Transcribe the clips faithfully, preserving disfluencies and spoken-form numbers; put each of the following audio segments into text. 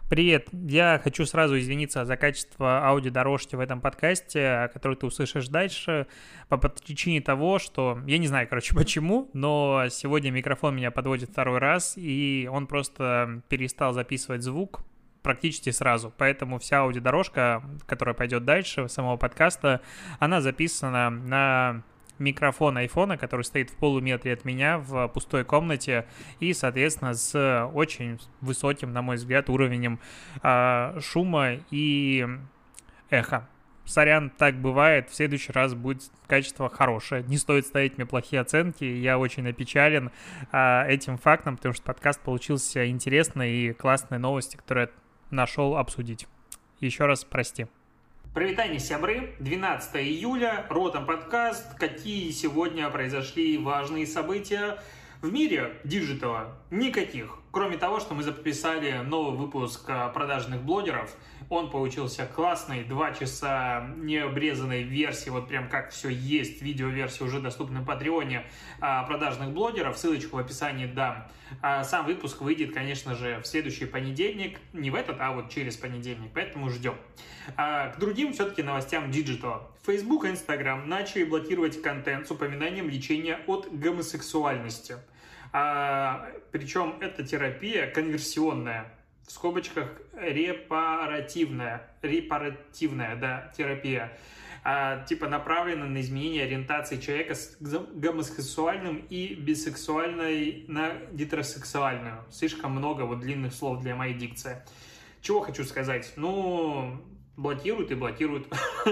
Привет. Я хочу сразу извиниться за качество аудиодорожки в этом подкасте, который ты услышишь дальше, по причине того, что я не знаю, короче, почему, но сегодня микрофон меня подводит второй раз, и он просто перестал записывать звук практически сразу. Поэтому вся аудиодорожка, которая пойдет дальше, самого подкаста, она записана на микрофон айфона, который стоит в полуметре от меня в пустой комнате и, соответственно, с очень высоким, на мой взгляд, уровнем э, шума и эха. Сорян, так бывает, в следующий раз будет качество хорошее. Не стоит ставить мне плохие оценки, я очень опечален э, этим фактом, потому что подкаст получился интересный и классные новости, которые я нашел обсудить. Еще раз прости. Привитание, сябры! двенадцатое июля, Ротом подкаст. Какие сегодня произошли важные события в мире диджитала? Никаких. Кроме того, что мы записали новый выпуск продажных блогеров. Он получился классный, два часа необрезанной версии, вот прям как все есть, видеоверсия уже доступна на Патреоне продажных блогеров, ссылочку в описании дам. Сам выпуск выйдет, конечно же, в следующий понедельник, не в этот, а вот через понедельник, поэтому ждем. К другим все-таки новостям диджитала. Facebook и Instagram начали блокировать контент с упоминанием лечения от гомосексуальности. Причем эта терапия конверсионная. В скобочках репаративная, репаративная, да, терапия, а, типа направлена на изменение ориентации человека с гомосексуальным и бисексуальной на гетеросексуальную. Слишком много вот длинных слов для моей дикции. Чего хочу сказать? Ну, блокируют и блокируют.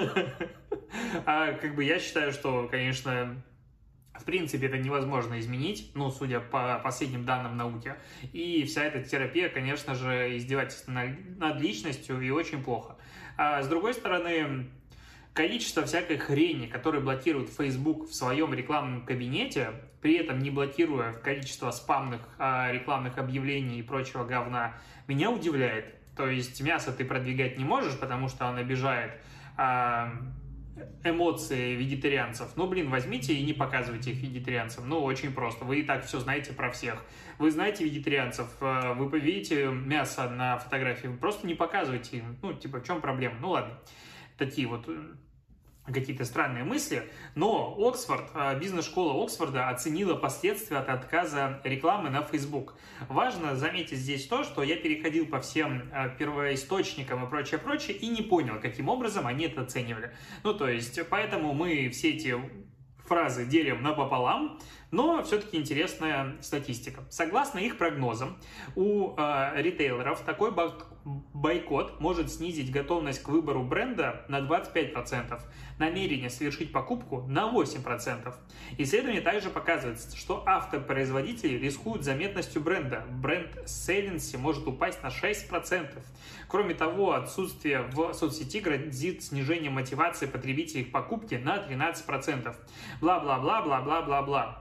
А как бы я считаю, что, конечно, в принципе, это невозможно изменить, ну, судя по последним данным науки. И вся эта терапия, конечно же, издевательство над личностью и очень плохо. А с другой стороны, количество всякой хрени, которую блокирует Facebook в своем рекламном кабинете, при этом не блокируя количество спамных а, рекламных объявлений и прочего говна, меня удивляет. То есть мясо ты продвигать не можешь, потому что он обижает а, эмоции вегетарианцев. Ну, блин, возьмите и не показывайте их вегетарианцам. Ну, очень просто. Вы и так все знаете про всех. Вы знаете вегетарианцев, вы видите мясо на фотографии, вы просто не показывайте им. Ну, типа, в чем проблема? Ну, ладно. Такие вот какие-то странные мысли, но Оксфорд, бизнес-школа Оксфорда оценила последствия от отказа рекламы на Facebook. Важно заметить здесь то, что я переходил по всем первоисточникам и прочее, прочее, и не понял, каким образом они это оценивали. Ну, то есть, поэтому мы все эти фразы делим напополам, но все-таки интересная статистика. Согласно их прогнозам, у э, ритейлеров такой бойкот может снизить готовность к выбору бренда на двадцать пять процентов, намерение совершить покупку на восемь процентов. Исследование также показывает, что автопроизводители рискуют заметностью бренда. Бренд Saliency может упасть на шесть процентов. Кроме того, отсутствие в соцсети грозит снижение мотивации потребителей к покупке на тринадцать процентов. Бла-бла-бла-бла-бла-бла-бла.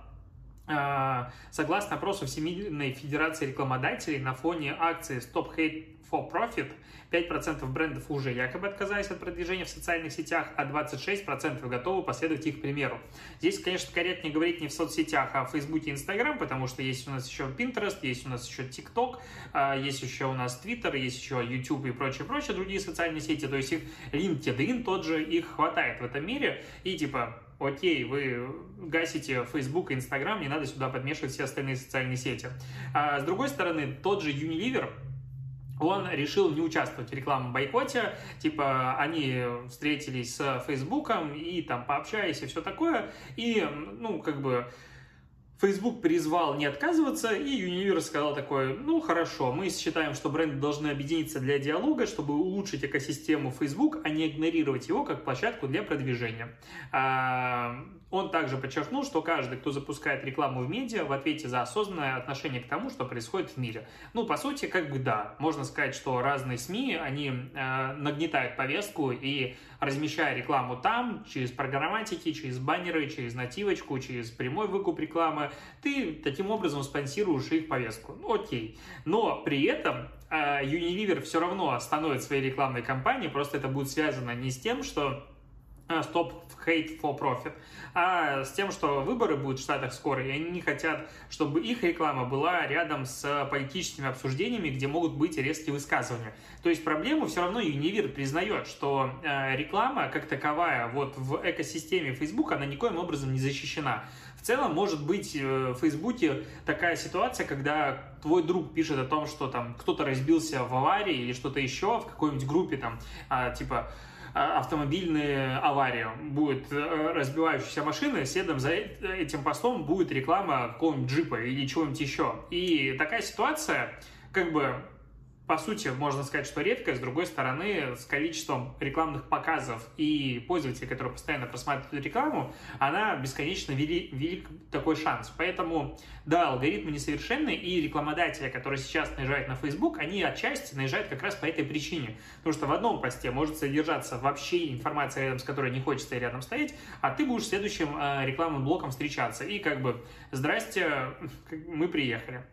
Согласно опросу Всемирной Федерации рекламодателей, на фоне акции Stop Hate for Profit пять процентов брендов уже якобы отказались от продвижения в социальных сетях, а двадцать шесть процентов готовы последовать их примеру. Здесь, конечно, корректнее говорить не в соцсетях, а в Facebook и Instagram, потому что есть у нас еще Pinterest, есть у нас еще TikTok, есть еще у нас Twitter, есть еще YouTube и прочее-прочее, другие социальные сети, то есть их LinkedIn тот же, их хватает в этом мире, и типа... Окей, вы гасите Facebook и Instagram, не надо сюда подмешивать все остальные социальные сети. А с другой стороны, тот же Unilever, он решил не участвовать в рекламном бойкоте, типа они встретились с Фейсбуком и там пообщались и все такое, и, ну, как бы... Facebook призвал не отказываться, и Unilever сказал такое: ну хорошо, мы считаем, что бренды должны объединиться для диалога, чтобы улучшить экосистему Facebook, а не игнорировать его как площадку для продвижения. Он также подчеркнул, что каждый, кто запускает рекламу в медиа, в ответе за осознанное отношение к тому, что происходит в мире. Ну, по сути, как бы да, можно сказать, что разные СМИ, они э, нагнетают повестку и, размещая рекламу там, через программатики, через баннеры, через нативочку, через прямой выкуп рекламы, ты таким образом спонсируешь их повестку. Ну, окей. Но при этом э, Unilever все равно остановит свои рекламные кампании, просто это будет связано не с тем, что Stop Hate for Profit, а с тем, что выборы будут в Штатах скоро, и они не хотят, чтобы их реклама была рядом с политическими обсуждениями, где могут быть резкие высказывания. То есть проблему все равно Unilever признает, что э, реклама как таковая вот в экосистеме Facebook, она никоим образом не защищена. В целом, может быть, в Фейсбуке такая ситуация, когда твой друг пишет о том, что там кто-то разбился в аварии или что-то еще в какой-нибудь группе, там, а, типа, автомобильная авария, будет разбивающаяся машина, следом за этим постом будет реклама какого-нибудь джипа или чего-нибудь еще. И такая ситуация, как бы, по сути, можно сказать, что редкая, с другой стороны, с количеством рекламных показов и пользователей, которые постоянно просматривают рекламу, она бесконечно вели, велик такой шанс. Поэтому, да, алгоритмы несовершенны, и рекламодатели, которые сейчас наезжают на Facebook, они отчасти наезжают как раз по этой причине. Потому что в одном посте может содержаться вообще информация, рядом с которой не хочется рядом стоять, а ты будешь следующим э, рекламным блоком встречаться. И как бы, здрасте, мы приехали.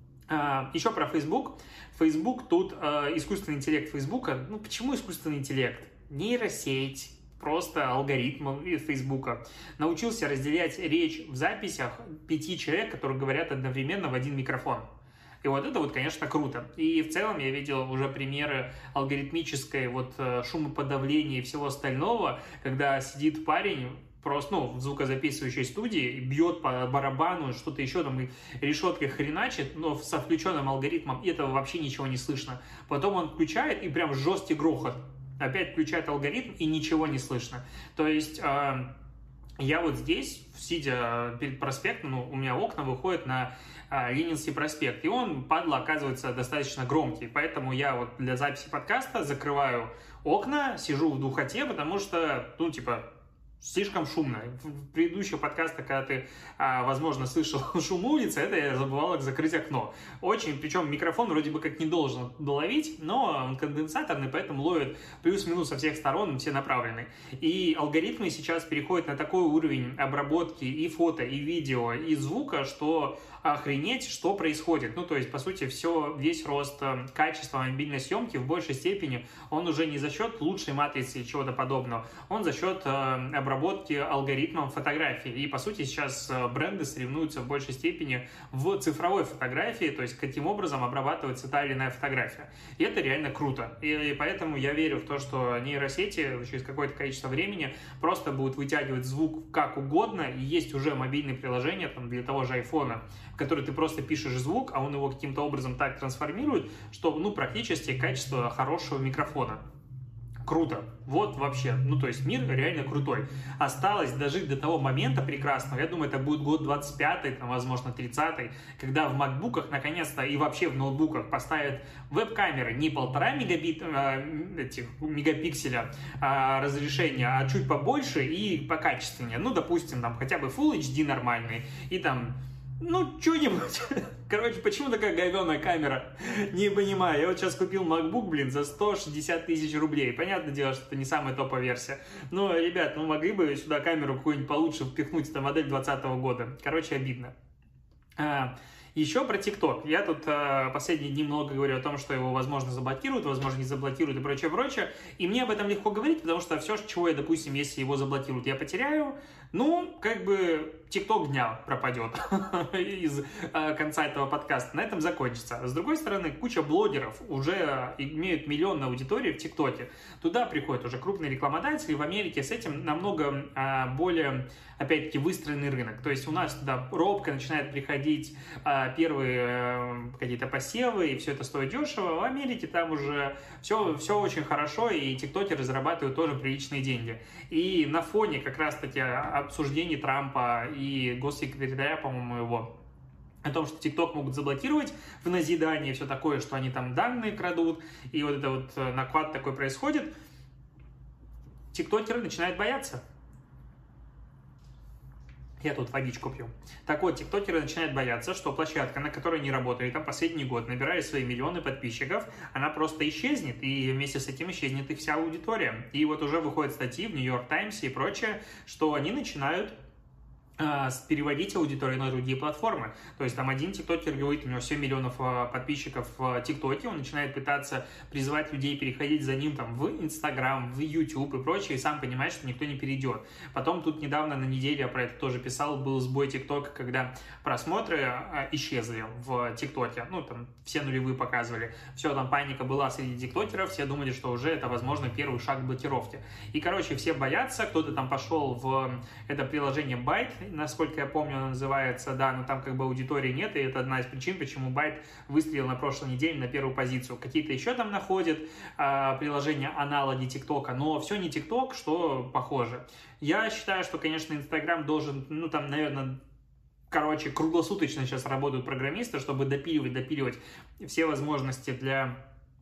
Uh, еще про Facebook. Facebook тут uh, искусственный интеллект Facebook. Ну, почему искусственный интеллект? Нейросеть, просто алгоритм Facebook научился разделять речь в записях пяти человек, которые говорят одновременно в один микрофон. И вот это вот, конечно, круто. И в целом я видел уже примеры алгоритмической вот шумоподавления и всего остального, когда сидит парень просто, ну, в звукозаписывающей студии, бьет по барабану, что-то еще там, и решеткой хреначит, но со включенным алгоритмом этого вообще ничего не слышно. Потом он включает, и прям жесткий грохот. Опять включает алгоритм, и ничего не слышно. То есть э, я вот здесь, сидя перед проспектом, ну, у меня окна выходят на э, Ленинский проспект, и он, падла, оказывается достаточно громкий. Поэтому я вот для записи подкаста закрываю окна, сижу в духоте, потому что, ну, типа, слишком шумно. В предыдущих подкастах, когда ты, возможно, слышал шум улицы, это я забывал закрыть окно. Очень, причем микрофон вроде бы как не должен доловить, но он конденсаторный, поэтому ловит плюс-минус со всех сторон, все направлены. И алгоритмы сейчас переходят на такой уровень обработки и фото, и видео, и звука, что охренеть, что происходит. Ну, то есть, по сути, все, весь рост качества мобильной съемки в большей степени, он уже не за счет лучшей матрицы и чего-то подобного, он за счет э, обработки алгоритмом фотографии. И, по сути, сейчас бренды соревнуются в большей степени в цифровой фотографии, то есть, каким образом обрабатывается та или иная фотография. И это реально круто. И, и поэтому я верю в то, что нейросети через какое-то количество времени просто будут вытягивать звук как угодно, и есть уже мобильные приложения там, для того же айфона, в который ты просто пишешь звук, а он его каким-то образом так трансформирует, что, ну, практически качество хорошего микрофона. Круто. Вот вообще. Ну, то есть мир реально крутой. Осталось дожить до того момента прекрасного. Я думаю, это будет год двадцать пятый, там, возможно, тридцатый, когда в макбуках, наконец-то, и вообще в ноутбуках поставят веб-камеры не полтора мегабит, э, этих, мегапикселя э, разрешения, а чуть побольше и покачественнее. Ну, допустим, там хотя бы Full эйч ди нормальный. И там... Ну, что-нибудь. Короче, почему такая говёная камера? Не понимаю. Я вот сейчас купил MacBook, блин, за сто шестьдесят тысяч рублей. Понятное дело, что это не самая топовая версия. Но, ребят, ну могли бы сюда камеру какую-нибудь получше впихнуть. Это модель двадцатого года. Короче, обидно. А, еще про TikTok. Я тут а, последние дни много говорю о том, что его, возможно, заблокируют, возможно, не заблокируют и прочее, прочее. И мне об этом легко говорить, потому что все, чего я, допустим, если его заблокируют, я потеряю, ну, как бы TikTok дня пропадет из э, конца этого подкаста. На этом закончится. С другой стороны, куча блогеров уже имеют миллионную аудиторию в ТикТоке. Туда приходят уже крупные рекламодатели. В Америке с этим намного э, более, опять-таки, выстроенный рынок. То есть у нас туда робко начинает приходить э, первые э, какие-то посевы, и все это стоит дешево. В Америке там уже все, все очень хорошо, и тиктокеры зарабатывают тоже приличные деньги. И на фоне как раз-таки обсуждений Трампа и госсекретаря, по-моему, его, о том, что TikTok могут заблокировать в назидание, все такое, что они там данные крадут, и вот это вот накват такой происходит, тиктокеры начинают бояться. Я тут водичку пью. Так вот, тиктокеры начинают бояться, что площадка, на которой они работали там последний год, набирая свои миллионы подписчиков, она просто исчезнет, и вместе с этим исчезнет и вся аудитория. И вот уже выходят статьи в Нью-Йорк Таймсе и прочее, что они начинают переводить аудиторию на другие платформы. То есть там один тиктокер говорит, у него семь миллионов подписчиков в тиктоке, он начинает пытаться призывать людей переходить за ним там в Инстаграм, в Ютуб и прочее, и сам понимает, что никто не перейдет. Потом тут недавно на неделе, я про это тоже писал, был сбой тиктока, когда просмотры исчезли в тиктоке, ну там все нулевые показывали, все, там паника была среди тиктокеров, все думали, что уже это, возможно, первый шаг к блокировке. И, короче, все боятся, кто-то там пошел в это приложение Byte, насколько я помню, оно называется, да, но там как бы аудитории нет, и это одна из причин, почему Byte выстрелил на прошлой неделе на первую позицию. Какие-то еще там находят э, приложения аналоги ТикТока, но все не ТикТок, что похоже. Я считаю, что, конечно, Инстаграм должен, ну там, наверное, короче, круглосуточно сейчас работают программисты, чтобы допиливать, допиливать все возможности для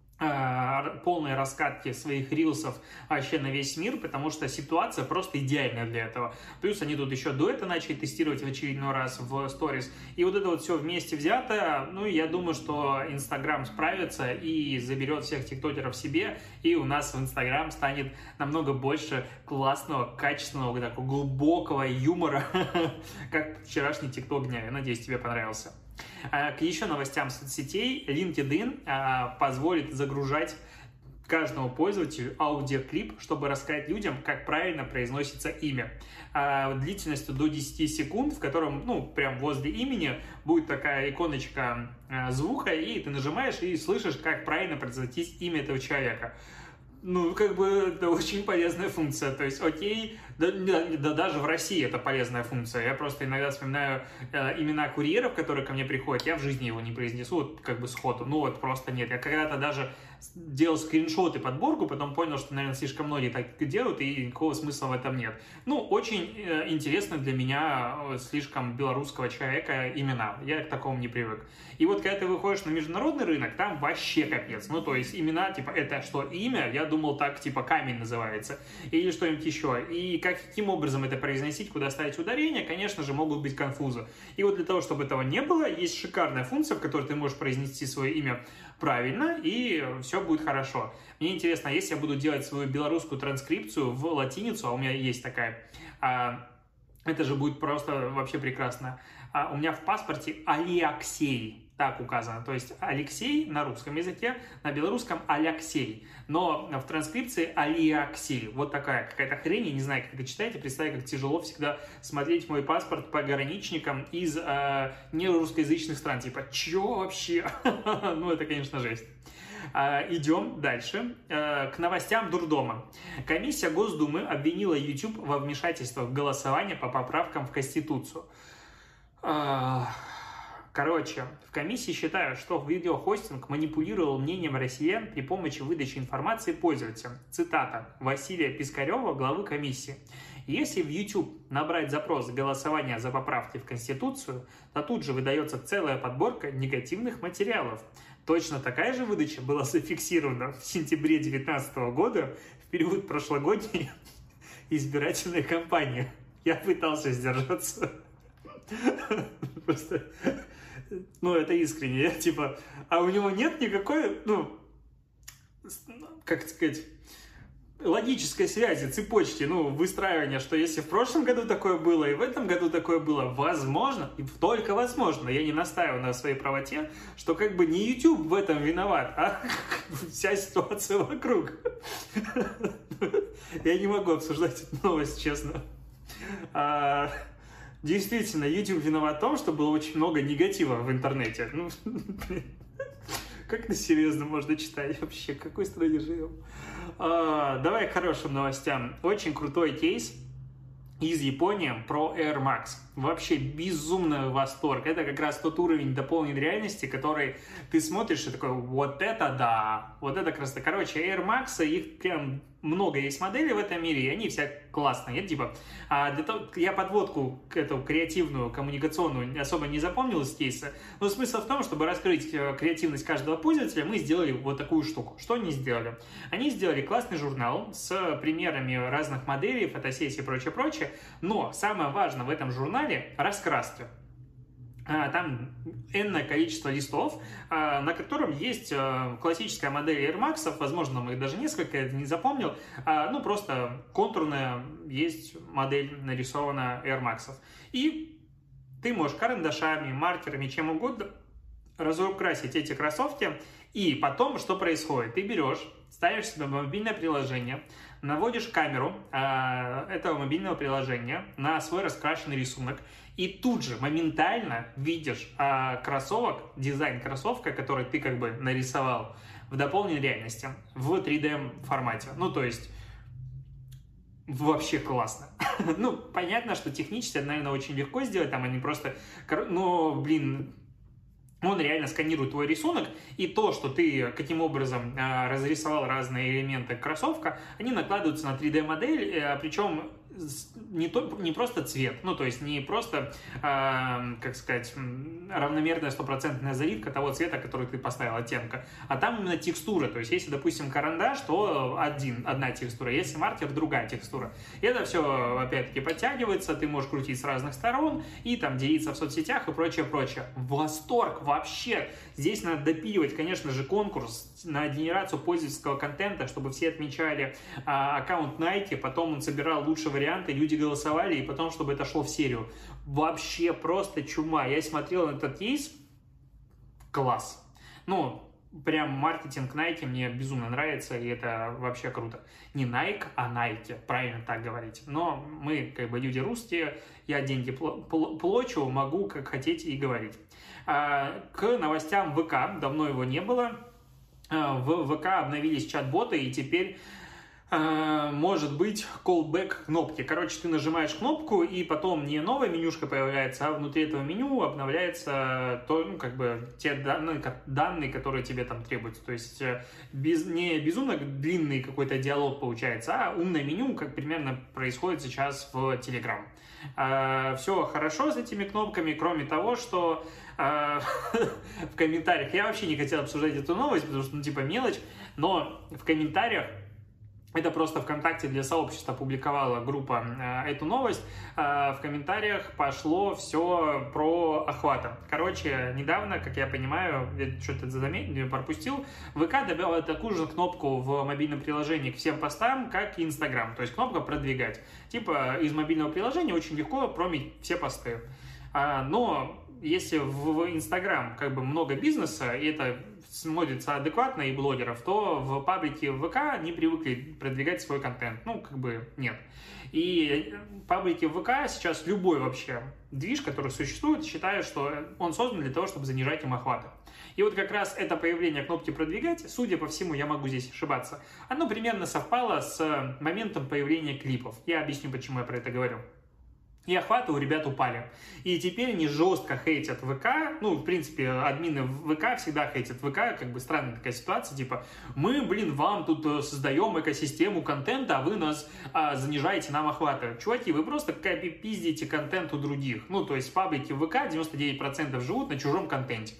полной раскатки своих рилсов вообще на весь мир, потому что ситуация просто идеальная для этого. Плюс они тут еще дуэты начали тестировать в очередной раз в сторис. И вот это вот все вместе взято, ну, я думаю, что Инстаграм справится и заберет всех тиктокеров себе, и у нас в Инстаграм станет намного больше классного, качественного, такого глубокого юмора, как вчерашний тикток дня. Я надеюсь, тебе понравился. К еще новостям соцсетей, LinkedIn позволит загружать каждому пользователю аудиоклип, чтобы рассказать людям, как правильно произносится имя. Длительностью до десяти секунд, в котором, ну, прям возле имени будет такая иконочка звука, и ты нажимаешь и слышишь, как правильно произносить имя этого человека. Ну, как бы, это очень полезная функция, то есть, окей, да, да даже в России это полезная функция, я просто иногда вспоминаю э, имена курьеров, которые ко мне приходят, я в жизни его не произнесу, вот, как бы сходу, ну, вот просто нет, я когда-то даже делал скриншоты, подборку, потом понял, что, наверное, слишком многие так делают, и никакого смысла в этом нет. Ну, очень э, интересно для меня э, слишком белорусского человека имена, я к такому не привык. И вот, когда ты выходишь на международный рынок, там вообще капец, ну, то есть, имена, типа, это что, имя? Я думал, так, типа, камень называется, или что-нибудь еще. И как, каким образом это произносить, куда ставить ударение, конечно же, могут быть конфузы. И вот для того, чтобы этого не было, есть шикарная функция, в которой ты можешь произнести свое имя правильно, и все будет хорошо. Мне интересно, если я буду делать свою белорусскую транскрипцию в латиницу, а у меня есть такая, а, это же будет просто вообще прекрасно. А, у меня в паспорте Алексей. Так указано, то есть Алексей на русском языке, на белорусском Алексей, но в транскрипции Алексей. Вот такая какая-то хрень, я не знаю, как это читаете, представляю, как тяжело всегда смотреть мой паспорт пограничникам из э, нерусскоязычных стран, типа, чё вообще? Ну, это, конечно, жесть. Идем дальше. К новостям дурдома. Комиссия Госдумы обвинила YouTube во вмешательство в голосование по поправкам в Конституцию. Короче, в комиссии считают, что видеохостинг манипулировал мнением россиян при помощи выдачи информации пользователям. Цитата Василия Пискарева, главы комиссии. Если в YouTube набрать запрос голосования за поправки в Конституцию, то тут же выдается целая подборка негативных материалов. Точно такая же выдача была зафиксирована в сентябре две тысячи девятнадцатого года в период прошлогодней избирательной кампании. Я пытался сдержаться. Просто... Ну, это искренне, я, типа, а у него нет никакой, ну, как сказать, логической связи, цепочки, ну, выстраивания, что если в прошлом году такое было и в этом году такое было, возможно, и только возможно, я не настаиваю на своей правоте, что как бы не YouTube в этом виноват, а вся ситуация вокруг. Я не могу обсуждать эту новость, честно. Действительно, YouTube виноват в том, что было очень много негатива в интернете. Ну, как это серьезно можно читать вообще? В какой стране живем? А, давай к хорошим новостям. Очень крутой кейс из Японии про Air Max. Вообще безумный восторг. Это как раз тот уровень дополненной реальности, который ты смотришь и такой, вот это да, вот это красота. Короче, Air Max, их прям много есть моделей в этом мире, и они все классные. Это, типа, а, для того, я подводку эту креативную, коммуникационную особо не запомнил из кейса, но смысл в том, чтобы раскрыть креативность каждого пользователя, мы сделали вот такую штуку. Что они сделали? Они сделали классный журнал с примерами разных моделей, фотосессий и прочее-прочее, но самое важное в этом журнале — раскраски. там энное количество листов, на котором есть классическая модель Air Max, возможно, мы их даже несколько, я не запомнил, ну, просто контурная есть модель нарисована Air Max. И ты можешь карандашами, маркерами, чем угодно разукрасить эти кроссовки, и потом что происходит? Ты берешь, ставишь себе мобильное приложение, наводишь камеру э, этого мобильного приложения на свой раскрашенный рисунок, и тут же моментально видишь э, кроссовок, дизайн кроссовка, который ты как бы нарисовал в дополненной реальности, в три дэ формате. Ну, то есть, вообще классно. Ну, понятно, что технически это, наверное, очень легко сделать, там они просто... Ну, блин... Он реально сканирует твой рисунок, и то, что ты каким образом э, разрисовал разные элементы кроссовка, они накладываются на три дэ модель, э, причем не, то, не просто цвет, ну, то есть не просто, э, как сказать, равномерная стопроцентная заливка того цвета, который ты поставил, оттенка, а там именно текстура, то есть если, допустим, карандаш, то один, одна текстура, если маркер, другая текстура. И это все, опять-таки, подтягивается, ты можешь крутить с разных сторон и там делиться в соцсетях и прочее, прочее. Восторг вообще! Здесь надо допиливать, конечно же, конкурс на генерацию пользовательского контента, чтобы все отмечали а, аккаунт Nike, потом он собирал лучшие варианты, люди голосовали, и потом, чтобы это шло в серию. Вообще просто чума. Я смотрел на этот кейс, класс. Ну, прям маркетинг Nike мне безумно нравится, и это вообще круто. Не Nike, а Nike, правильно так говорить. Но мы, как бы, люди русские, я деньги плачу, могу как хотеть и говорить. А, к новостям ВК, давно его не было. А, в ВК обновились чат-боты, и теперь... может быть callback кнопки. Короче, ты нажимаешь кнопку, и потом не новая менюшка появляется, а внутри этого меню обновляется то, ну, как бы, те данные, данные, которые тебе там требуются. То есть без, не безумно длинный какой-то диалог получается, а умное меню, как примерно происходит сейчас в Telegram. А, все хорошо с этими кнопками, кроме того, что а, в комментариях, я вообще не хотел обсуждать эту новость, потому что, ну, типа, мелочь, но в комментариях, это просто ВКонтакте для сообщества публиковала группа э, эту новость. Э, в комментариях пошло все про охваты. Короче, недавно, как я понимаю, я что-то заметил, пропустил, ВК добавила такую же кнопку в мобильном приложении к всем постам, как и Инстаграм. То есть кнопка «Продвигать». Типа из мобильного приложения очень легко промить все посты. А, но если в Инстаграм как бы много бизнеса, и это смотрится адекватно и блогеров, то в паблике ВК не привыкли продвигать свой контент. Ну, как бы нет. И паблики ВК сейчас любой вообще движ, который существует, считают, что он создан для того, чтобы занижать им охваты. И вот как раз это появление кнопки «Продвигать», судя по всему, я могу здесь ошибаться, оно примерно совпало с моментом появления клипов. Я объясню, почему я про это говорю. И охваты у ребят упали. И теперь они жестко хейтят ВК. Ну, в принципе, админы ВК всегда хейтят ВК. Как бы странная такая ситуация. Типа, мы, блин, вам тут создаем экосистему контента, а вы нас а, занижаете нам охваты. Чуваки, вы просто копипиздите контент у других. Ну, то есть в паблике ВК девяносто девять процентов живут на чужом контенте.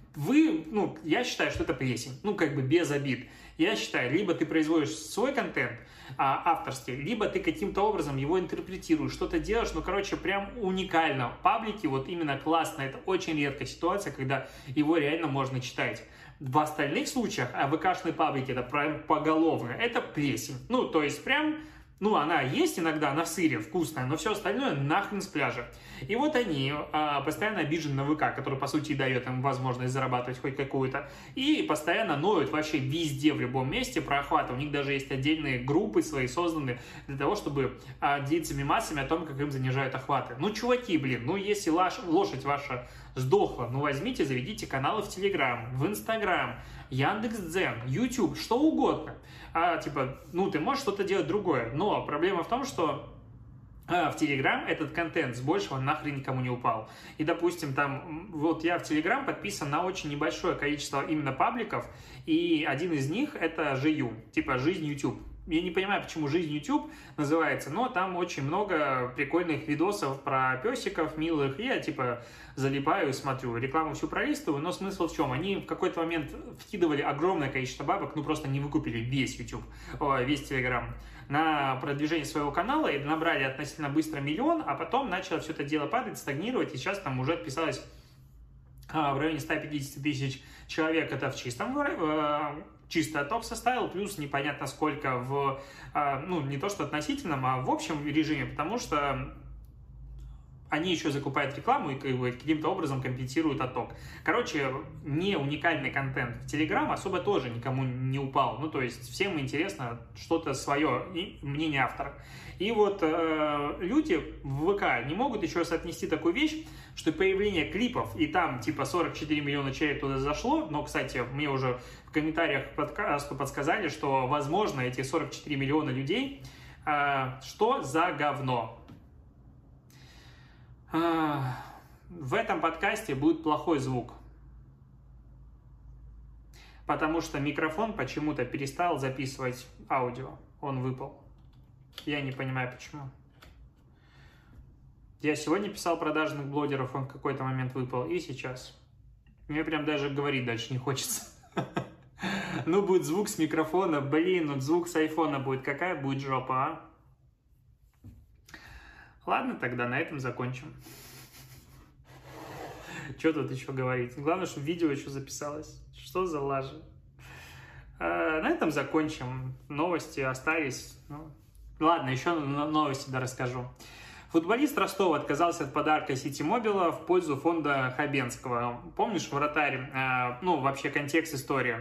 Вы, ну, я считаю, что это плесень. Ну, как бы без обид. Я считаю, либо ты производишь свой контент а, авторский, либо ты каким-то образом его интерпретируешь, что-то делаешь, ну, короче, прям уникально. В паблике вот именно классно, это очень редкая ситуация, когда его реально можно читать. В остальных случаях, а ВК-шные паблики, это прям поголовно, это плесень. Ну, то есть прям... Ну, она есть иногда на сыре, вкусная, но все остальное нахрен с пляжа. И вот они а, постоянно обижены на ВК, который, по сути, дает им возможность зарабатывать хоть какую-то. И постоянно ноют вообще везде, в любом месте про охваты. У них даже есть отдельные группы свои созданы для того, чтобы а, делиться мемасами о том, как им занижают охваты. Ну, чуваки, блин, ну, если лаш, лошадь ваша сдохла, ну, возьмите, заведите каналы в Телеграм, в Инстаграм, Яндекс.Дзен, YouTube, что угодно. А, типа, ну, ты можешь что-то делать другое. Но проблема в том, что а, в Телеграм этот контент с большего нахрен никому не упал. И, допустим, там, вот я в Телеграм подписан на очень небольшое количество именно пабликов, и один из них это ЖЮ, типа «Жизнь YouTube». Я не понимаю, почему «Жизнь YouTube» называется, но там очень много прикольных видосов про песиков милых, и я, типа, залипаю и смотрю. Рекламу всю пролистываю, но смысл в чем? Они в какой-то момент вкидывали огромное количество бабок, ну, просто не выкупили весь YouTube, весь Telegram, на продвижение своего канала, и набрали относительно быстро миллион, а потом начало все это дело падать, стагнировать, и сейчас там уже отписалось в районе ста пятидесяти тысяч человек это в чистом, чистый отток составил, плюс непонятно сколько в, ну, не то что относительном, а в общем режиме, потому что они еще закупают рекламу и каким-то образом компенсируют отток. Короче, не уникальный контент в Telegram особо тоже никому не упал. Ну, то есть, всем интересно что-то свое, и мнение автора. И вот э, люди в ВК не могут еще соотнести такую вещь, что появление клипов, и там типа сорок четыре миллиона человек туда зашло, но, кстати, мне уже в комментариях к подкасту подсказали, что, возможно, эти сорок четыре миллиона людей, э, что за говно? В этом подкасте будет плохой звук, потому что микрофон почему-то перестал записывать аудио, он выпал. Я не понимаю, почему. Я сегодня писал продажных блогеров, он в какой-то момент выпал, и сейчас. Мне прям даже говорить дальше не хочется. Ну, будет звук с микрофона, блин, вот звук с айфона будет, какая будет жопа, а? Ладно, тогда на этом закончим. Что тут еще говорить? Главное, чтобы видео еще записалось. Что за лажа? А, на этом закончим. Новости остались. Ну, ладно, еще новости да расскажу. Футболист Ростова отказался от подарка Ситимобила в пользу фонда Хабенского. Помнишь, вратарь? А, ну, вообще контекст истории.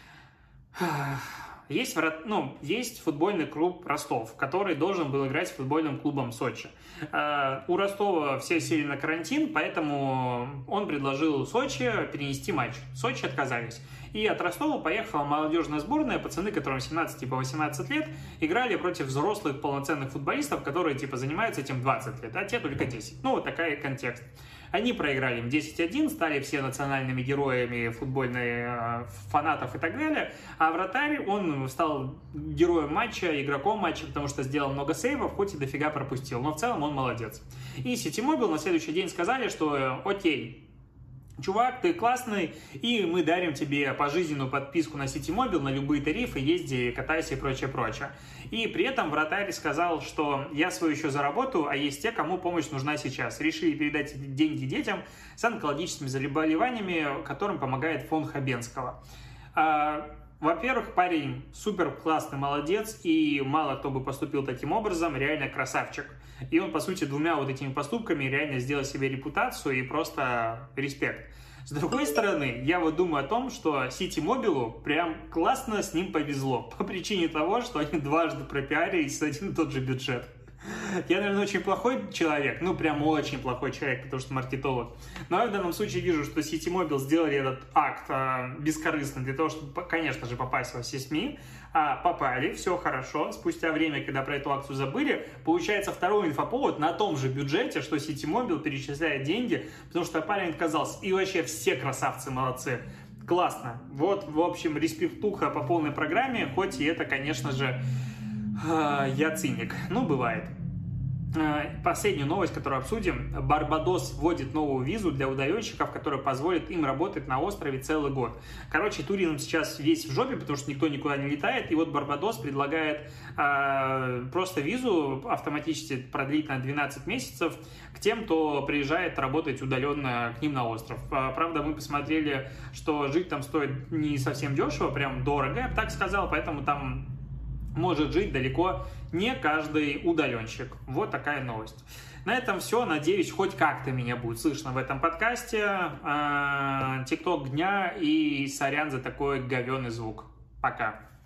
Есть, ну, есть футбольный клуб Ростов, который должен был играть с футбольным клубом Сочи. Uh, у Ростова все сели на карантин, поэтому он предложил Сочи перенести матч. Сочи отказались. И от Ростова поехала молодежная сборная, пацаны, которым семнадцать по восемнадцать лет, играли против взрослых полноценных футболистов, которые типа занимаются этим двадцать лет, а те только десять. Ну, вот такой контекст. Они проиграли им десять один, стали все национальными героями футбольных фанатов и так далее. А вратарь, он стал героем матча, игроком матча, потому что сделал много сейвов, хоть и дофига пропустил. Но в целом он молодец. И Ситимобил на следующий день сказали, что окей, чувак, ты классный, и мы дарим тебе пожизненную подписку на Ситимобил, на любые тарифы, езди, катайся и прочее, прочее. И при этом вратарь сказал, что я свою еще заработаю, а есть те, кому помощь нужна сейчас. Решили передать деньги детям с онкологическими заболеваниями, которым помогает фонд Хабенского. Во-первых, парень супер классный, молодец, и мало кто бы поступил таким образом, реально красавчик. И он, по сути, двумя вот этими поступками реально сделал себе репутацию и просто респект. С другой стороны, я вот думаю о том, что Ситимобилу прям классно с ним повезло, по причине того, что они дважды пропиарились один и тот же бюджет. Я, наверное, очень плохой человек, ну, прям очень плохой человек, потому что маркетолог. Но я в данном случае вижу, что Ситимобил сделали этот акт а, бескорыстно для того, чтобы, конечно же, попасть во все СМИ. А, попали, все хорошо. Спустя время, когда про эту акцию забыли, получается второй инфоповод на том же бюджете, что Ситимобил перечисляет деньги, потому что парень отказался. И вообще все красавцы, молодцы. Классно. Вот, в общем, респектуха по полной программе, хоть и это, конечно же, я циник. Ну, бывает. Последнюю новость, которую обсудим. Барбадос вводит новую визу для удаленщиков, которая позволит им работать на острове целый год. Короче, туризм сейчас весь в жопе, потому что никто никуда не летает. И вот Барбадос предлагает э, просто визу автоматически продлить на двенадцать месяцев к тем, кто приезжает работать удаленно к ним на остров. Правда, мы посмотрели, что жить там стоит не совсем дешево, прям дорого, я бы так сказал, поэтому там может жить далеко не каждый удаленщик. Вот такая новость. На этом все. Надеюсь, хоть как-то меня будет слышно в этом подкасте. Тикток дня и сорян за такой говёный звук. Пока.